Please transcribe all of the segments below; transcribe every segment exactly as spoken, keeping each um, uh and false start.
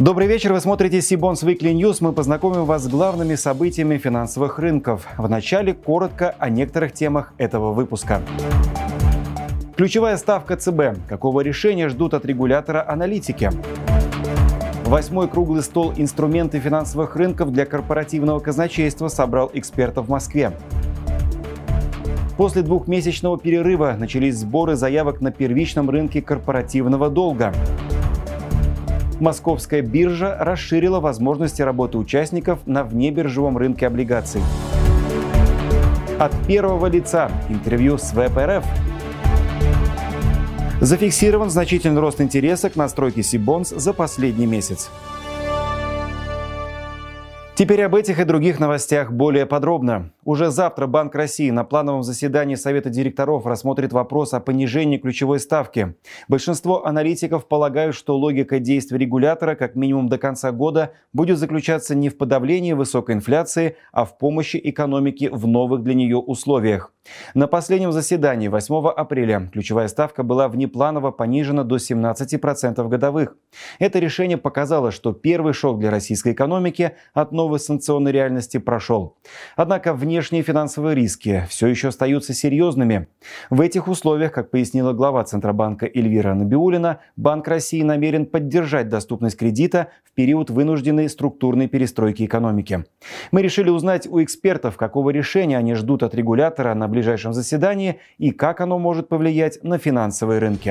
Добрый вечер, вы смотрите Сибонс Weekly News. Мы познакомим вас с главными событиями финансовых рынков. Вначале коротко о некоторых темах этого выпуска. Ключевая ставка ЦБ. Какого решения ждут от регулятора аналитики? Восьмой круглый стол «Инструменты финансовых рынков для корпоративного казначейства» собрал экспертов в Москве. После двухмесячного перерыва начались сборы заявок на первичном рынке корпоративного долга. Московская биржа расширила возможности работы участников на внебиржевом рынке облигаций. От первого лица интервью с ВЭП-РФ. Зафиксирован значительный рост интереса к настройке Сибонс за последний месяц. Теперь об этих и других новостях более подробно. Уже завтра Банк России на плановом заседании Совета директоров рассмотрит вопрос о понижении ключевой ставки. Большинство аналитиков полагают, что логика действий регулятора как минимум до конца года будет заключаться не в подавлении высокой инфляции, а в помощи экономике в новых для нее условиях. На последнем заседании восьмого апреля ключевая ставка была внепланово понижена до семнадцати процентов годовых. Это решение показало, что первый шок для российской экономики от новой санкционной реальности прошел. Однако внешние финансовые риски все еще остаются серьезными. В этих условиях, как пояснила глава Центробанка Эльвира Набиуллина, Банк России намерен поддержать доступность кредита в период вынужденной структурной перестройки экономики. Мы решили узнать у экспертов, какого решения они ждут от регулятора на ближайшем заседании и как оно может повлиять на финансовые рынки.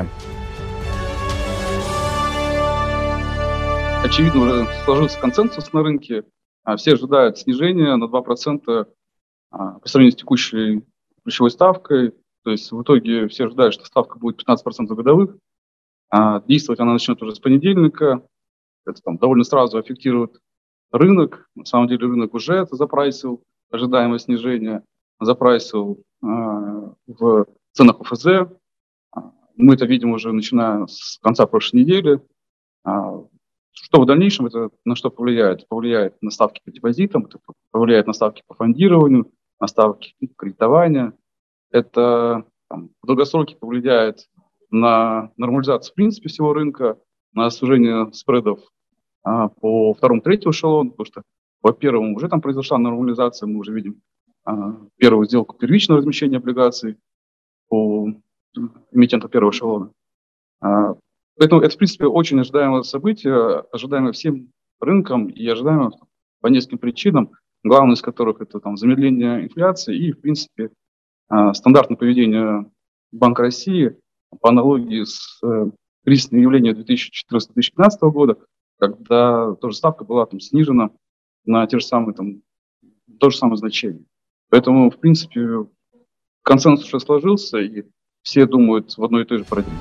Очевидно, уже сложился консенсус на рынке. Все ожидают снижения на два процента по сравнению с текущей ключевой ставкой. То есть в итоге все ожидают, что ставка будет пятнадцать процентов годовых. Действовать она начнет уже с понедельника. Это там довольно сразу аффектирует рынок. На самом деле рынок уже это запрайсил, ожидаемое снижение, запрайсил э, в ценах ОФЗ. Мы это видим уже начиная с конца прошлой недели. Что в дальнейшем, это на что повлияет? Повлияет на ставки по депозитам, это повлияет на ставки по фондированию, на ставки кредитования. Это там, в долгосроке повлияет на нормализацию в принципе всего рынка, на сужение спредов а, по второму, третьему эшелону, потому что по первому уже там произошла нормализация, мы уже видим а, первую сделку первичного размещения облигаций по эмитенту первого эшелона. А, Поэтому это, в принципе, очень ожидаемое событие, ожидаемое всем рынкам и ожидаемое по нескольким причинам, главное из которых это там, замедление инфляции и, в принципе, стандартное поведение Банка России по аналогии с кризисным явлением две тысячи четырнадцатого — две тысячи пятнадцатого года, когда тоже ставка была там, снижена на те же самые, там, то же самое значение. Поэтому, в принципе, консенсус уже сложился, и все думают в одной и той же парадигме.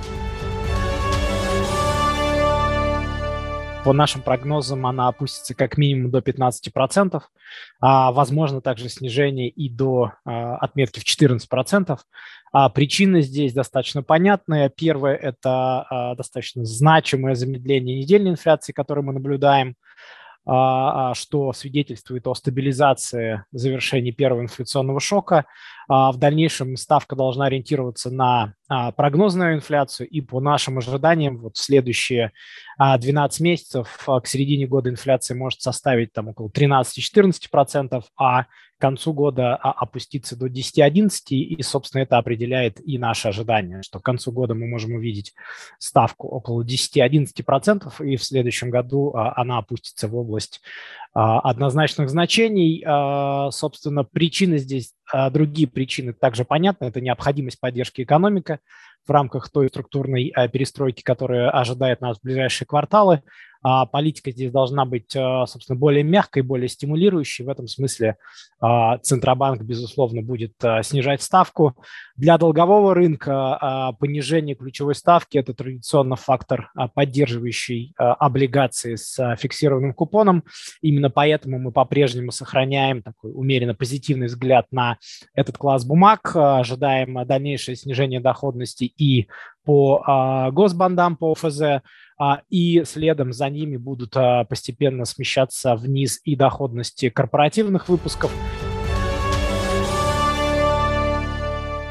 По нашим прогнозам, она опустится как минимум до пятнадцати процентов, а, возможно также снижение и до а, отметки в четырнадцать процентов. А, причины здесь достаточно понятные. Первое – это а, достаточно значимое замедление недельной инфляции, которое мы наблюдаем, а, что свидетельствует о стабилизации завершения первого инфляционного шока. А, в дальнейшем ставка должна ориентироваться на а, прогнозную инфляцию, и по нашим ожиданиям вот в следующие а, двенадцать месяцев а, к середине года инфляция может составить там около тринадцати-четырнадцати процентов, а к концу года а, опуститься до десяти-одиннадцати процентов, и, собственно, это определяет и наши ожидания, что к концу года мы можем увидеть ставку около десяти-одиннадцати процентов, и в следующем году а, она опустится в область а, однозначных значений. А, собственно, причины здесь, а, другие причины также понятны. Это необходимость поддержки экономики в рамках той структурной а, перестройки, которая ожидает нас в ближайшие кварталы. А, политика здесь должна быть, а, собственно, более мягкой, более стимулирующей. В этом смысле а, Центробанк, безусловно, будет а, снижать ставку. Для долгового рынка а, понижение ключевой ставки – это традиционно фактор, а, поддерживающий а, облигации с а, фиксированным купоном. Именно поэтому мы по-прежнему сохраняем такой умеренно позитивный взгляд на этот класс бумаг, а, ожидаем дальнейшее снижение доходности и по а, госбондам, по ОФЗ, а, и следом за ними будут а, постепенно смещаться вниз и доходности корпоративных выпусков.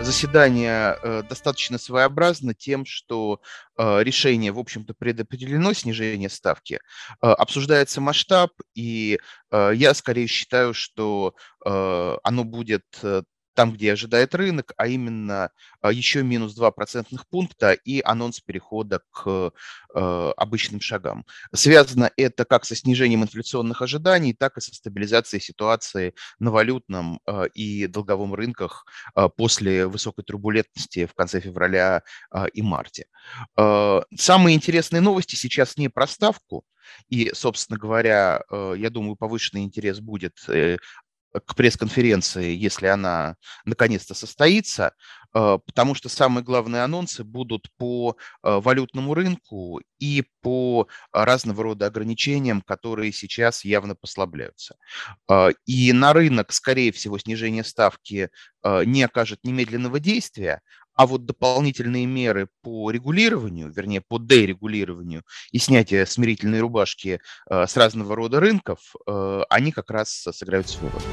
Заседание э, достаточно своеобразно тем, что э, решение, в общем-то, предопределено, снижение ставки, э, обсуждается масштаб, и э, я скорее считаю, что э, оно будет э, там, где ожидает рынок, а именно э, еще минус два процентных пункта и анонс перехода к э, обычным шагам. Связано это как со снижением инфляционных ожиданий, так и со стабилизацией ситуации на валютном э, и долговом рынках э, после высокой турбулентности в конце февраля э, и марте. Э, самые интересные новости сейчас не про ставку, и, собственно говоря, э, я думаю, повышенный интерес будет э, к пресс-конференции, если она наконец-то состоится, потому что самые главные анонсы будут по валютному рынку и по разного рода ограничениям, которые сейчас явно послабляются. И на рынок, скорее всего, снижение ставки не окажет немедленного действия, а вот дополнительные меры по регулированию, вернее, по дерегулированию и снятие смирительной рубашки э, с разного рода рынков, э, они как раз сыграют свою роль.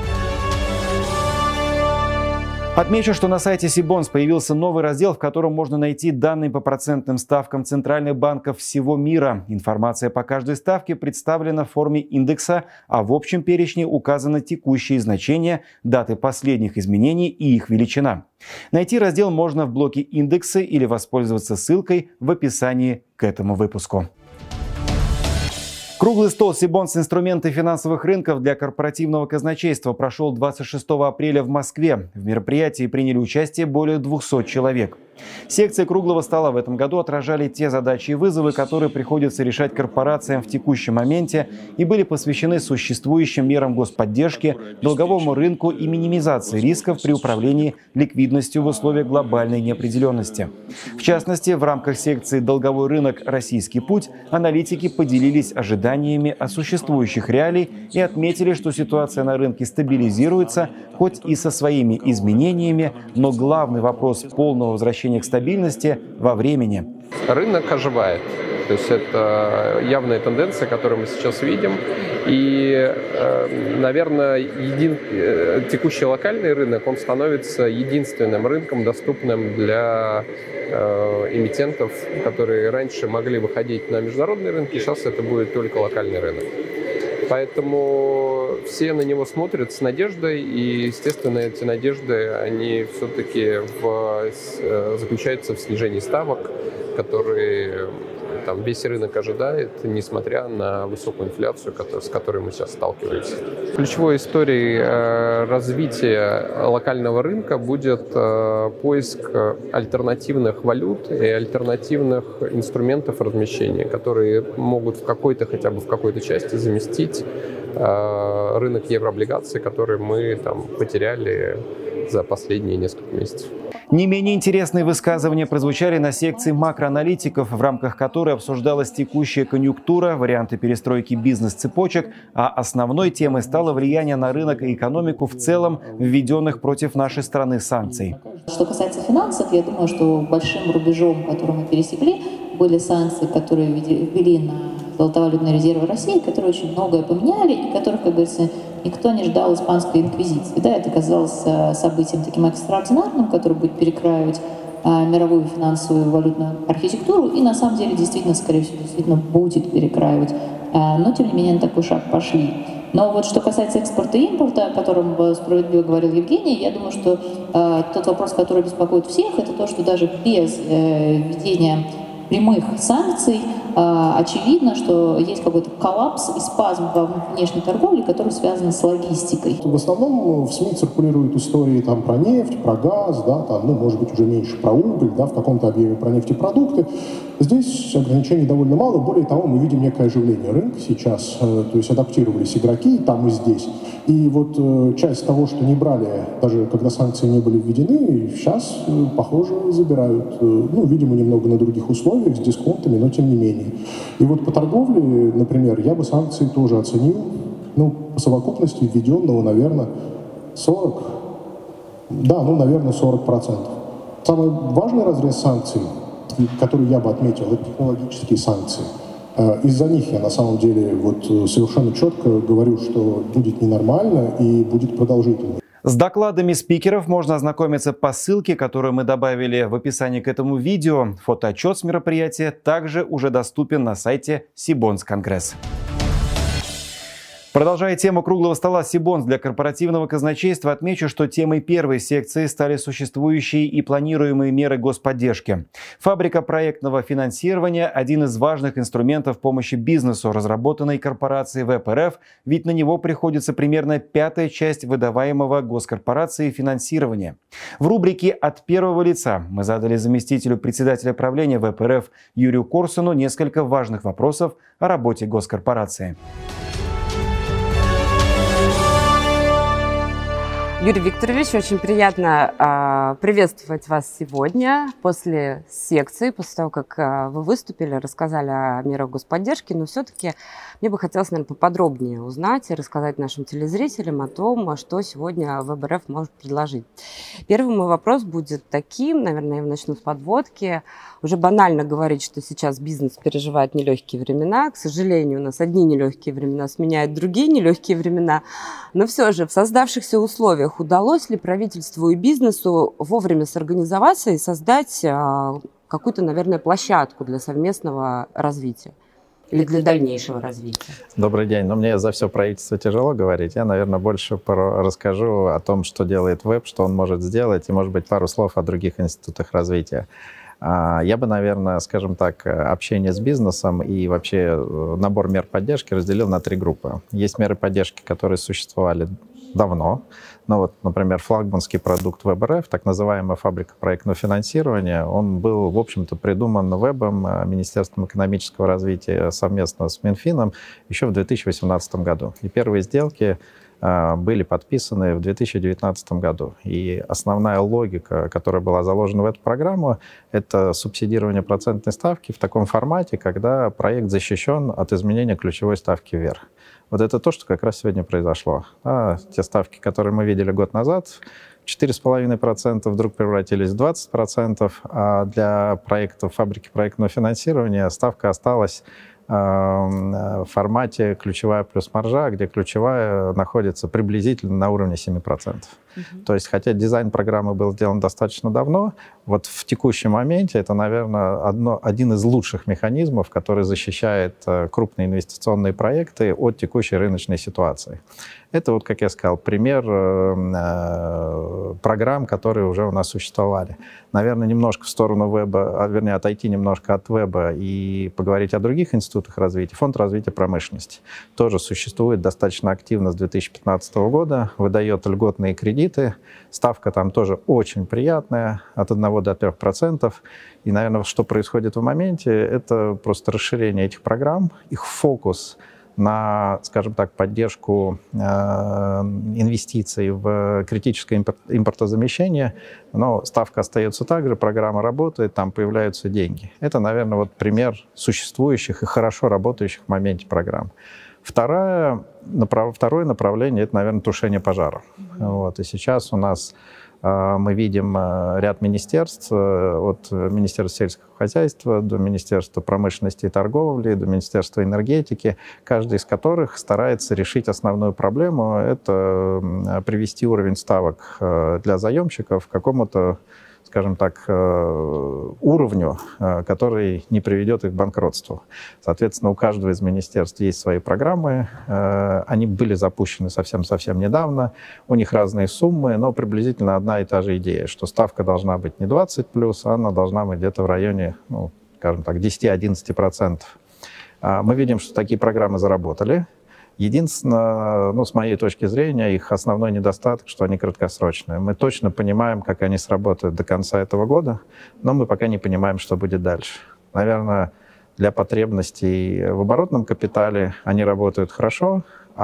Отмечу, что на сайте Сибонс появился новый раздел, в котором можно найти данные по процентным ставкам центральных банков всего мира. Информация по каждой ставке представлена в форме индекса, а в общем перечне указаны текущие значения, даты последних изменений и их величина. Найти раздел можно в блоке «Индексы» или воспользоваться ссылкой в описании к этому выпуску. Круглый стол Сибонс «Инструменты финансовых рынков для корпоративного казначейства» прошел двадцать шестого апреля в Москве. В мероприятии приняли участие более двухсот человек. Секции круглого стола в этом году отражали те задачи и вызовы, которые приходится решать корпорациям в текущем моменте, и были посвящены существующим мерам господдержки, долговому рынку и минимизации рисков при управлении ликвидностью в условиях глобальной неопределенности. В частности, в рамках секции «Долговой рынок. Российский путь» аналитики поделились ожиданиями от существующих реалий и отметили, что ситуация на рынке стабилизируется, хоть и со своими изменениями, но главный вопрос полного возвращения к стабильности во времени. Рынок оживает. То есть это явная тенденция, которую мы сейчас видим. И, наверное, един... текущий локальный рынок, он становится единственным рынком, доступным для э, эмитентов, которые раньше могли выходить на международные рынки. Сейчас это будет только локальный рынок. Поэтому все на него смотрят с надеждой, и, естественно, эти надежды, они все-таки в, заключаются в снижении ставок, которые там, весь рынок ожидает, несмотря на высокую инфляцию, с которой мы сейчас сталкиваемся. Ключевой историей развития локального рынка будет поиск альтернативных валют и альтернативных инструментов размещения, которые могут в какой-то, хотя бы в какой-то части заместить рынок еврооблигаций, который мы там, потеряли за последние несколько месяцев. Не менее интересные высказывания прозвучали на секции макроаналитиков, в рамках которой обсуждалась текущая конъюнктура, варианты перестройки бизнес-цепочек, а основной темой стало влияние на рынок и экономику в целом введенных против нашей страны санкций. Что касается финансов, я думаю, что большим рубежом, который мы пересекли, были санкции, которые ввели на золотовалютные резервы России, которые очень многое поменяли и которых, как говорится, никто не ждал испанской инквизиции. Да, это казалось событием таким экстраординарным, которое будет перекраивать а, мировую финансовую валютную архитектуру, и на самом деле действительно, скорее всего, действительно будет перекраивать. А, но, тем не менее, на такой шаг пошли. Но вот что касается экспорта и импорта, о котором справедливо говорил Евгений, я думаю, что э, тот вопрос, который беспокоит всех, это то, что даже без э, введения прямых санкций э, очевидно, что есть какой-то коллапс и спазм во внешней торговле, который связан с логистикой. В основном в СМИ циркулируют истории там, про нефть, про газ, да, там, ну, может быть, уже меньше про уголь, да, в каком-то объеме про нефтепродукты. Здесь ограничений довольно мало. Более того, мы видим некое оживление рынка сейчас. Э, то есть адаптировались игроки и там, и здесь. И вот э, часть того, что не брали, даже когда санкции не были введены, сейчас, э, похоже, забирают. Э, ну, видимо, немного на других условиях, с дисконтами, но тем не менее. И вот по торговле, например, я бы санкции тоже оценил, ну, по совокупности введенного, наверное, сорок, да, ну, наверное, сорок процентов. Самый важный разрез санкций, который я бы отметил, это технологические санкции. Из-за них я на самом деле вот совершенно четко говорю, что будет ненормально и будет продолжительно. С докладами спикеров можно ознакомиться по ссылке, которую мы добавили в описании к этому видео. Фотоотчет с мероприятия также уже доступен на сайте Сибонс Конгресс. Продолжая тему круглого стола Сибонс для корпоративного казначейства, отмечу, что темой первой секции стали существующие и планируемые меры господдержки. Фабрика проектного финансирования – один из важных инструментов помощи бизнесу, разработанной корпорацией ВЭП-РФ, ведь на него приходится примерно пятая часть выдаваемого госкорпорацией финансирования. В рубрике «От первого лица» мы задали заместителю председателя правления ВЭП-РФ Юрию Корсуну несколько важных вопросов о работе госкорпорации. Юрий Викторович, очень приятно э, приветствовать вас сегодня после секции, после того, как э, вы выступили, рассказали о мерах господдержки, но все-таки мне бы хотелось, наверное, поподробнее узнать и рассказать нашим телезрителям о том, что сегодня ВЭБ-РФ может предложить. Первый мой вопрос будет таким, наверное, я начну с подводки. Уже банально говорить, что сейчас бизнес переживает нелегкие времена. К сожалению, у нас одни нелегкие времена сменяют другие нелегкие времена, но все же в создавшихся условиях удалось ли правительству и бизнесу вовремя сорганизоваться и создать а, какую-то, наверное, площадку для совместного развития или для дальнейшего развития? Добрый день. Ну, мне за все правительство тяжело говорить. Я, наверное, больше про- расскажу о том, что делает ВЭП, что он может сделать, и, может быть, пару слов о других институтах развития. Я бы, наверное, скажем так, общение с бизнесом и вообще набор мер поддержки разделил на три группы. Есть меры поддержки, которые существовали давно. Ну вот, например, флагманский продукт ВЭБ-РФ, так называемая фабрика проектного финансирования, он был, в общем-то, придуман ВЭБом, Министерством экономического развития совместно с Минфином еще в две тысячи восемнадцатом году. И первые сделки были подписаны в две тысячи девятнадцатом году. И основная логика, которая была заложена в эту программу, это субсидирование процентной ставки в таком формате, когда проект защищен от изменения ключевой ставки вверх. Вот это то, что как раз сегодня произошло. А те ставки, которые мы видели год назад, четыре с половиной процента вдруг превратились в двадцать процентов, а для проектов фабрики проектного финансирования ставка осталась в формате ключевая плюс маржа, где ключевая находится приблизительно на уровне семь процентов. Uh-huh. То есть, хотя дизайн программы был сделан достаточно давно, вот в текущем моменте это, наверное, одно, один из лучших механизмов, который защищает крупные инвестиционные проекты от текущей рыночной ситуации. Это, вот, как я сказал, пример э, программ, которые уже у нас существовали. Наверное, немножко в сторону веба, а, вернее, отойти немножко от веба и поговорить о других институтах развития. Фонд развития промышленности тоже существует достаточно активно с две тысячи пятнадцатого года, выдает льготные кредиты. Ставка там тоже очень приятная, от одного до трех процентов. И, наверное, что происходит в моменте, это просто расширение этих программ, их фокус на, скажем так, поддержку э, инвестиций в критическое импортозамещение, но ставка остается так же, программа работает, там появляются деньги. Это, наверное, вот пример существующих и хорошо работающих в моменте программ. Второе, направ, второе направление – это, наверное, тушение пожаров. Mm-hmm. Вот, и сейчас у нас мы видим ряд министерств, от Министерства сельского хозяйства до Министерства промышленности и торговли, до Министерства энергетики, каждый из которых старается решить основную проблему – это привести уровень ставок для заемщиков к какому-то, скажем так, уровню, который не приведет их к банкротству. Соответственно, у каждого из министерств есть свои программы. Они были запущены совсем-совсем недавно. У них разные суммы, но приблизительно одна и та же идея, что ставка должна быть не двадцать плюс, а она должна быть где-то в районе, ну, скажем так, десять-одиннадцать процентов. Мы видим, что такие программы заработали. Единственное, ну, с моей точки зрения, их основной недостаток, что они краткосрочные. Мы точно понимаем, как они сработают до конца этого года, но мы пока не понимаем, что будет дальше. Наверное, для потребностей в оборотном капитале они работают хорошо,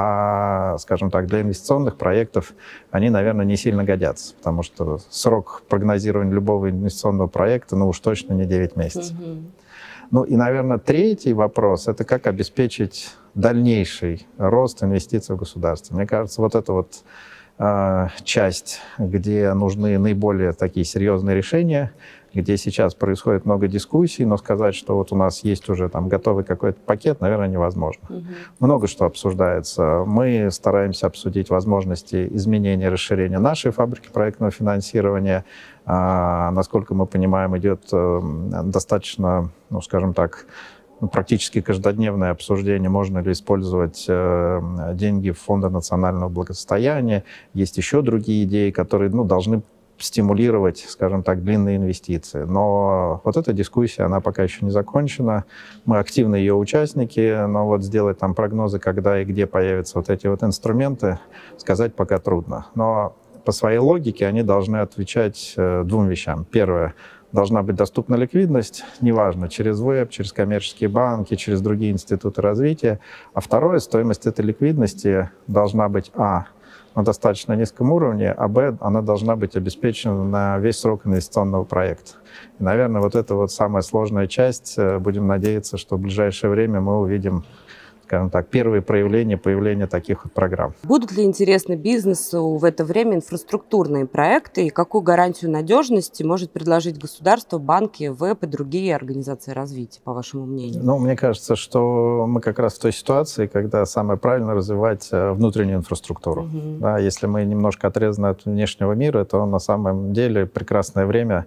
а, скажем так, для инвестиционных проектов они, наверное, не сильно годятся, потому что срок прогнозирования любого инвестиционного проекта, ну, уж точно не девять месяцев. Mm-hmm. Ну и, наверное, третий вопрос – это как обеспечить дальнейший рост инвестиций в государство. Мне кажется, вот это вот часть, где нужны наиболее такие серьезные решения, где сейчас происходит много дискуссий, но сказать, что вот у нас есть уже там готовый какой-то пакет, наверное, невозможно. Угу. Много что обсуждается. Мы стараемся обсудить возможности изменения, расширения нашей фабрики проектного финансирования. А, насколько мы понимаем, идет достаточно, ну, скажем так, практически каждодневное обсуждение, можно ли использовать э, деньги Фонда национального благосостояния. Есть еще другие идеи, которые, ну, должны стимулировать, скажем так, длинные инвестиции. Но вот эта дискуссия, она пока еще не закончена. Мы активно ее участники, но вот сделать там прогнозы, когда и где появятся вот эти вот инструменты, сказать пока трудно. Но по своей логике они должны отвечать э, двум вещам. Первое — должна быть доступна ликвидность, неважно, через веб, через коммерческие банки, через другие институты развития. А второе, стоимость этой ликвидности должна быть, а, на достаточно низком уровне, а, б, она должна быть обеспечена на весь срок инвестиционного проекта. И, наверное, вот это вот самая сложная часть. Будем надеяться, что в ближайшее время мы увидим, скажем так, первые проявления, появления таких вот программ. Будут ли интересны бизнесу в это время инфраструктурные проекты и какую гарантию надежности может предложить государство, банки, веб и другие организации развития, по вашему мнению? Ну, мне кажется, что мы как раз в той ситуации, когда самое правильно развивать внутреннюю инфраструктуру. Угу. Да, если мы немножко отрезаны от внешнего мира, то на самом деле прекрасное время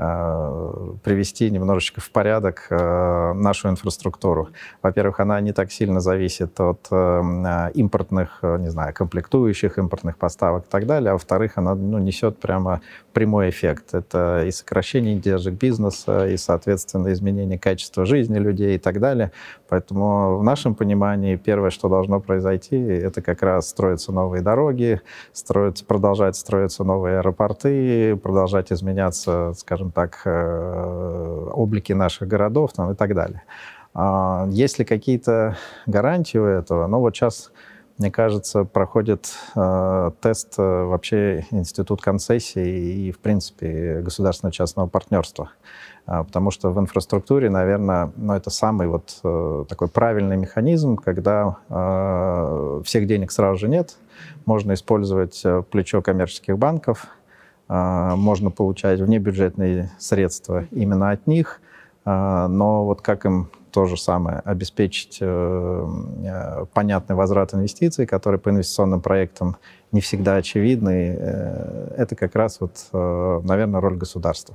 э, привести немножечко в порядок э, нашу инфраструктуру. Во-первых, она не так сильно зависит от э, импортных, не знаю, комплектующих, импортных поставок и так далее. А во-вторых, она, ну, несет прямо прямой эффект. Это и сокращение издержек бизнеса, и, соответственно, изменение качества жизни людей и так далее. Поэтому в нашем понимании первое, что должно произойти, это как раз строятся новые дороги, строятся, продолжать строиться новые аэропорты, продолжать изменяться, скажем так, э, облики наших городов там, и так далее. Есть ли какие-то гарантии у этого? Ну вот сейчас, мне кажется, проходит э, тест э, вообще институт концессий и, в принципе, государственно-частного партнерства. Э, потому что в инфраструктуре, наверное, ну, это самый вот э, такой правильный механизм, когда э, всех денег сразу же нет. Можно использовать плечо коммерческих банков, э, можно получать внебюджетные средства именно от них, э, но вот как им то же самое, обеспечить э, понятный возврат инвестиций, которые по инвестиционным проектам не всегда очевидны. Э, это как раз, вот, э, наверное, роль государства.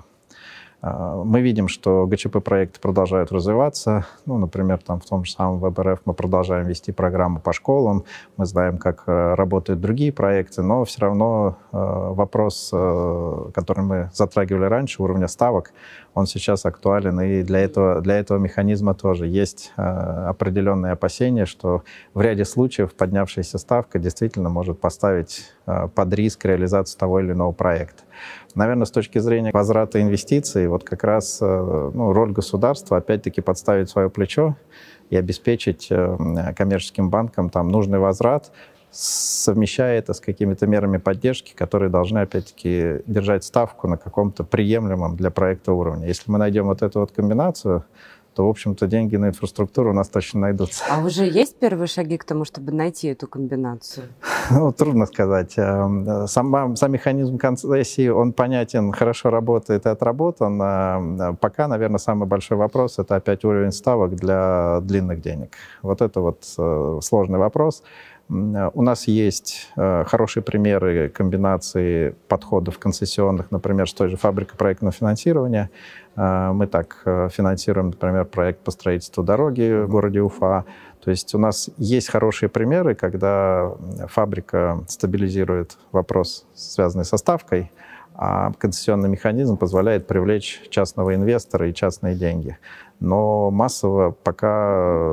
Э, мы видим, что ГЧП-проекты продолжают развиваться. Ну, например, там, в том же самом ВЭБ-РФ мы продолжаем вести программу по школам. Мы знаем, как э, работают другие проекты, но все равно э, вопрос, э, который мы затрагивали раньше, уровня ставок, он сейчас актуален, и для этого, для этого механизма тоже есть э, определенные опасения, что в ряде случаев поднявшаяся ставка действительно может поставить э, под риск реализацию того или иного проекта. Наверное, с точки зрения возврата инвестиций, вот как раз э, ну, роль государства опять-таки подставить свое плечо и обеспечить э, коммерческим банкам там нужный возврат, совмещая это с какими-то мерами поддержки, которые должны, опять-таки, держать ставку на каком-то приемлемом для проекта уровне. Если мы найдем вот эту вот комбинацию, то, в общем-то, деньги на инфраструктуру у нас точно найдутся. А уже есть первые шаги к тому, чтобы найти эту комбинацию? Ну, трудно сказать. Сам, сам механизм концессии, он понятен, хорошо работает и отработан. Пока, наверное, самый большой вопрос — это опять уровень ставок для длинных денег. Вот это вот сложный вопрос. У нас есть хорошие примеры комбинации подходов концессионных, например, с той же фабрикой проектного финансирования. Мы так финансируем, например, проект по строительству дороги в городе Уфа. То есть у нас есть хорошие примеры, когда фабрика стабилизирует вопрос, связанный со ставкой, а концессионный механизм позволяет привлечь частного инвестора и частные деньги. Но массово пока,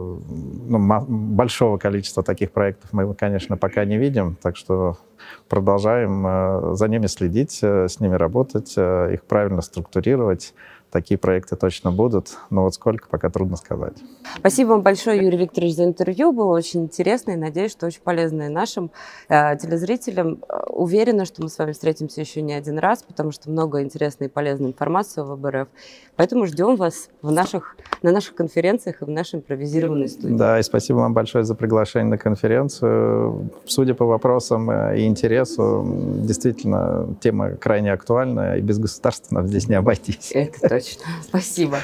ну, большого количества таких проектов мы, конечно, пока не видим, так что продолжаем за ними следить, с ними работать, их правильно структурировать, такие проекты точно будут, но вот сколько, пока трудно сказать. Спасибо вам большое, Юрий Викторович, за интервью. Было очень интересно и, надеюсь, что очень полезно и нашим э, телезрителям. Уверена, что мы с вами встретимся еще не один раз, потому что много интересной и полезной информации о ВБРФ. Поэтому ждем вас в наших, на наших конференциях и в нашей импровизированной студии. Да, и спасибо вам большое за приглашение на конференцию. Судя по вопросам и интересу, действительно, тема крайне актуальна, и без государства нам здесь не обойтись. Это точно. Спасибо.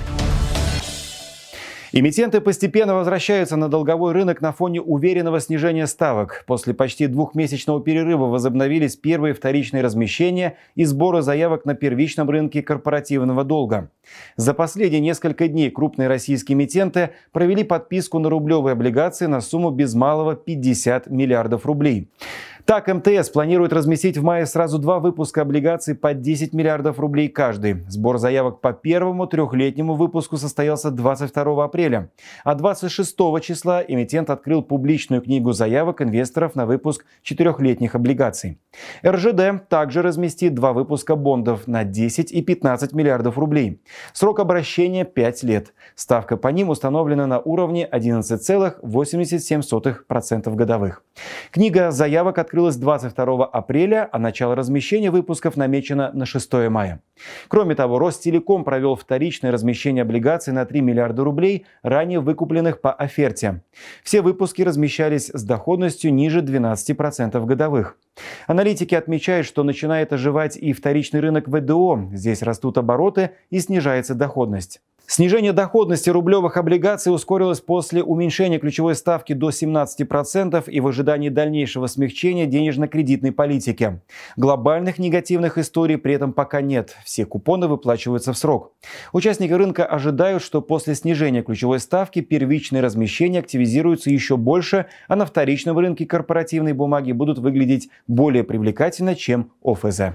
Эмитенты постепенно возвращаются на долговой рынок на фоне уверенного снижения ставок. После почти двухмесячного перерыва возобновились первые вторичные размещения и сборы заявок на первичном рынке корпоративного долга. За последние несколько дней крупные российские эмитенты провели подписку на рублевые облигации на сумму без малого пятьдесят миллиардов рублей. Так, эм тэ эс планирует разместить в мае сразу два выпуска облигаций по десять миллиардов рублей каждый. Сбор заявок по первому трехлетнему выпуску состоялся двадцать второго апреля. А двадцать шестого числа эмитент открыл публичную книгу заявок инвесторов на выпуск четырехлетних облигаций. эр жэ дэ также разместит два выпуска бондов на десять и пятнадцать миллиардов рублей. Срок обращения пять лет. Ставка по ним установлена на уровне одиннадцать целых восемьдесят семь сотых процента годовых. Книга заявок открылась двадцать второго апреля, а начало размещения выпусков намечено на шестое мая. Кроме того, Ростелеком провел вторичное размещение облигаций на три миллиарда рублей, ранее выкупленных по оферте. Все выпуски размещались с доходностью ниже двенадцати процентов годовых. Аналитики отмечают, что начинает оживать и вторичный рынок вэ дэ о. Здесь растут обороты и снижается доходность. Снижение доходности рублевых облигаций ускорилось после уменьшения ключевой ставки до семнадцати процентов и в ожидании дальнейшего смягчения денежно-кредитной политики. Глобальных негативных историй при этом пока нет. Все купоны выплачиваются в срок. Участники рынка ожидают, что после снижения ключевой ставки первичные размещения активизируются еще больше, а на вторичном рынке корпоративные бумаги будут выглядеть более привлекательно, чем о эф зэ.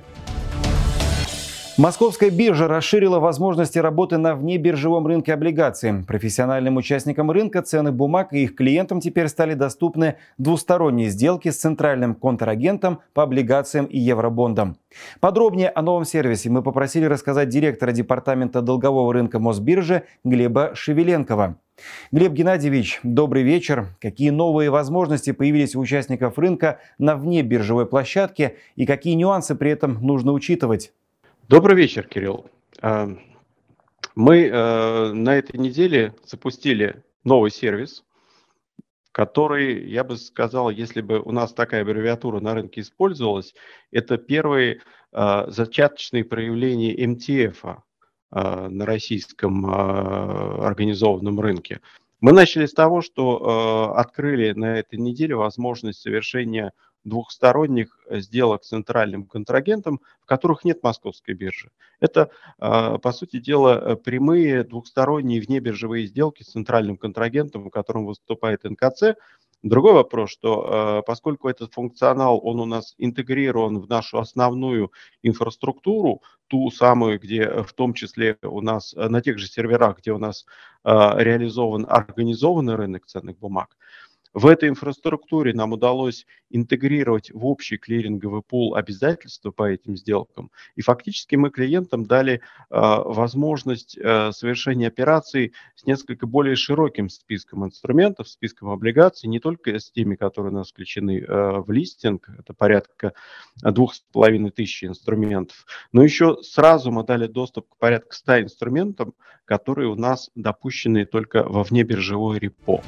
Московская биржа расширила возможности работы на внебиржевом рынке облигаций. Профессиональным участникам рынка ценных бумаг и их клиентам теперь стали доступны двусторонние сделки с центральным контрагентом по облигациям и евробондам. Подробнее о новом сервисе мы попросили рассказать директора департамента долгового рынка Мосбиржи Глеба Шевеленкова. Глеб Геннадьевич, добрый вечер. Какие новые возможности появились у участников рынка на внебиржевой площадке и какие нюансы при этом нужно учитывать? Добрый вечер, Кирилл. Мы на этой неделе запустили новый сервис, который, я бы сказал, если бы у нас такая аббревиатура на рынке использовалась, это первые зачаточные проявления эм тэ эф на российском организованном рынке. Мы начали с того, что открыли на этой неделе возможность совершения двухсторонних сделок с центральным контрагентом, в которых нет московской биржи. Это, по сути дела, прямые двухсторонние внебиржевые сделки с центральным контрагентом, в котором выступает эн ка цэ. Другой вопрос, что поскольку этот функционал, он у нас интегрирован в нашу основную инфраструктуру, ту самую, где в том числе у нас на тех же серверах, где у нас реализован организованный рынок ценных бумаг, в этой инфраструктуре нам удалось интегрировать в общий клиринговый пул обязательства по этим сделкам. И фактически мы клиентам дали э, возможность э, совершения операций с несколько более широким списком инструментов, списком облигаций, не только с теми, которые у нас включены э, в листинг, это порядка двух с половиной тысяч инструментов, но еще сразу мы дали доступ к порядка ста инструментам, которые у нас допущены только во внебиржевой репо.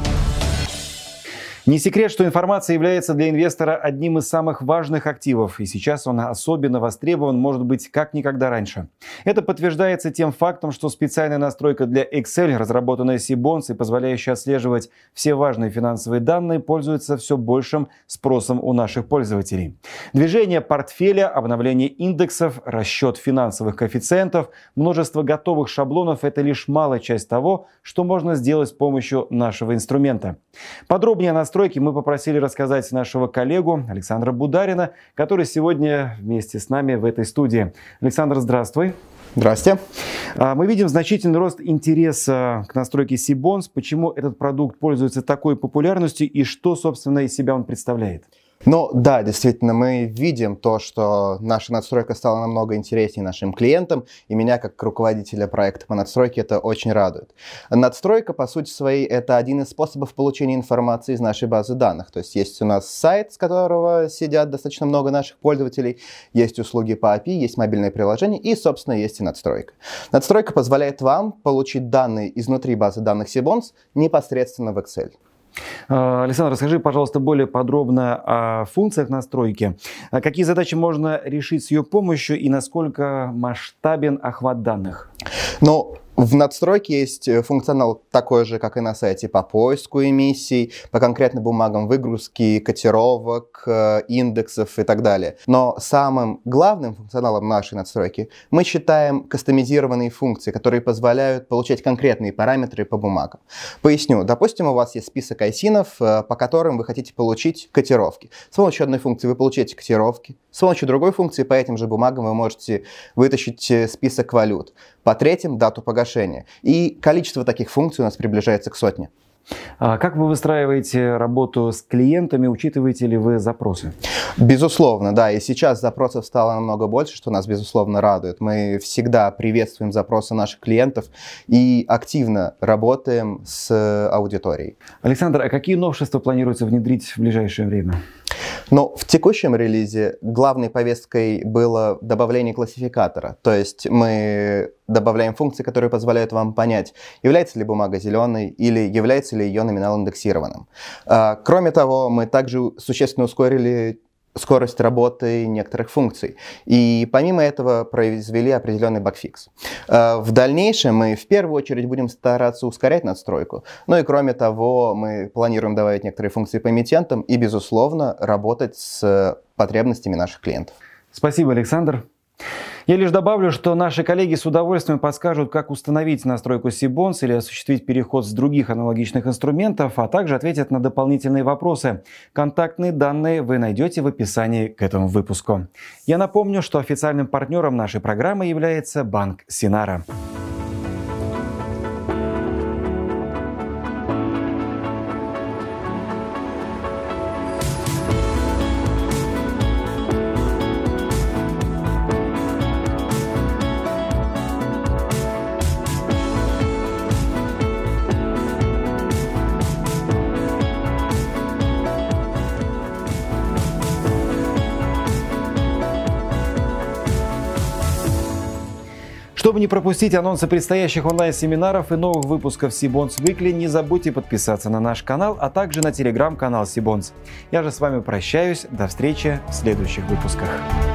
Не секрет, что информация является для инвестора одним из самых важных активов, и сейчас он особенно востребован, может быть, как никогда раньше. Это подтверждается тем фактом, что специальная настройка для Excel, разработанная Сибонс и позволяющая отслеживать все важные финансовые данные, пользуется все большим спросом у наших пользователей. Движение портфеля, обновление индексов, расчет финансовых коэффициентов, множество готовых шаблонов – это лишь малая часть того, что можно сделать с помощью нашего инструмента. Подробнее о настройке мы попросили рассказать нашего коллегу Александра Бударина, который сегодня вместе с нами в этой студии. Александр, здравствуй. Здравствуйте. Мы видим значительный рост интереса к настройке Сибонс. Почему этот продукт пользуется такой популярностью и что, собственно, из себя он представляет? Ну да, действительно, мы видим то, что наша надстройка стала намного интереснее нашим клиентам, и меня, как руководителя проекта по надстройке, это очень радует. Надстройка, по сути своей, это один из способов получения информации из нашей базы данных. То есть есть у нас сайт, с которого сидят достаточно много наших пользователей, есть услуги по эй пи ай, есть мобильное приложение и, собственно, есть и надстройка. Надстройка позволяет вам получить данные изнутри базы данных Сибонс непосредственно в Excel. Александр, расскажи, пожалуйста, более подробно о функциях настройки. Какие задачи можно решить с ее помощью и насколько масштабен охват данных? Ну, в надстройке есть функционал такой же, как и на сайте, по поиску эмиссий, по конкретным бумагам выгрузки, котировок, индексов и так далее. Но самым главным функционалом нашей надстройки мы считаем кастомизированные функции, которые позволяют получать конкретные параметры по бумагам. Поясню. Допустим, у вас есть список айсинов, по которым вы хотите получить котировки. С помощью одной функции вы получаете котировки, с помощью другой функции по этим же бумагам вы можете вытащить список валют. По третьим — дату погашения. И количество таких функций у нас приближается к сотне. А как вы выстраиваете работу с клиентами? Учитываете ли вы запросы? Безусловно, да. И сейчас запросов стало намного больше, что нас, безусловно, радует. Мы всегда приветствуем запросы наших клиентов и активно работаем с аудиторией. Александр, а какие новшества планируется внедрить в ближайшее время? Но в текущем релизе главной повесткой было добавление классификатора. То есть мы добавляем функции, которые позволяют вам понять, является ли бумага зеленой или является ли ее номинал индексированным. Кроме того, мы также существенно ускорили скорость работы некоторых функций. И помимо этого произвели определенный багфикс. В дальнейшем мы в первую очередь будем стараться ускорять надстройку. Ну и кроме того, мы планируем добавить некоторые функции по эмитентам и, безусловно, работать с потребностями наших клиентов. Спасибо, Александр. Я лишь добавлю, что наши коллеги с удовольствием подскажут, как установить настройку Сибонс или осуществить переход с других аналогичных инструментов, а также ответят на дополнительные вопросы. Контактные данные вы найдете в описании к этому выпуску. Я напомню, что официальным партнером нашей программы является банк Синара. Чтобы не пропустить анонсы предстоящих онлайн-семинаров и новых выпусков Сибонс Weekly, не забудьте подписаться на наш канал, а также на телеграм-канал Сибонс. Я же с вами прощаюсь. До встречи в следующих выпусках.